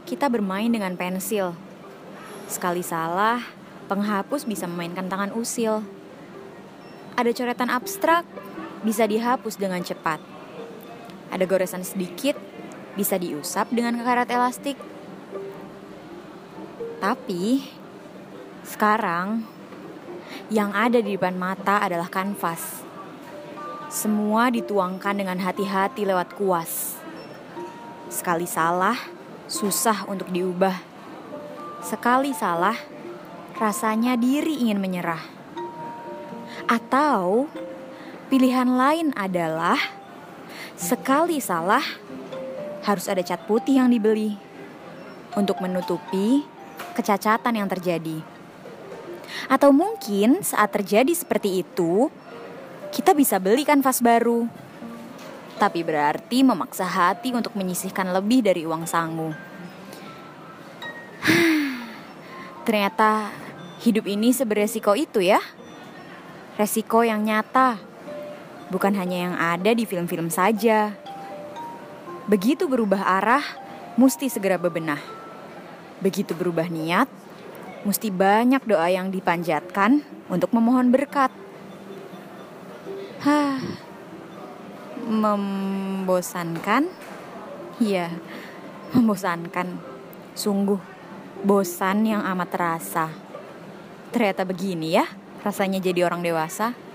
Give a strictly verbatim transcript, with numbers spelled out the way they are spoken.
kita bermain dengan pensil. Sekali salah, penghapus bisa memainkan tangan usil. Ada coretan abstrak, bisa dihapus dengan cepat. Ada goresan sedikit, bisa diusap dengan karat elastik. Tapi, sekarang, yang ada di depan mata adalah kanvas. Semua dituangkan dengan hati-hati lewat kuas. Sekali salah, susah untuk diubah. Sekali salah, rasanya diri ingin menyerah. Atau, pilihan lain adalah sekali salah, harus ada cat putih yang dibeli untuk menutupi kecacatan yang terjadi. Atau mungkin saat terjadi seperti itu, kita bisa beli kanvas baru. Tapi berarti memaksa hati untuk menyisihkan lebih dari uang sangu. Ternyata hidup ini seberesiko itu ya. Resiko yang nyata, bukan hanya yang ada di film-film saja. Begitu berubah arah, mesti segera bebenah. Begitu berubah niat, mesti banyak doa yang dipanjatkan untuk memohon berkat. Hah, membosankan? Iya, membosankan. Sungguh, bosan yang amat terasa. Ternyata begini ya, rasanya jadi orang dewasa.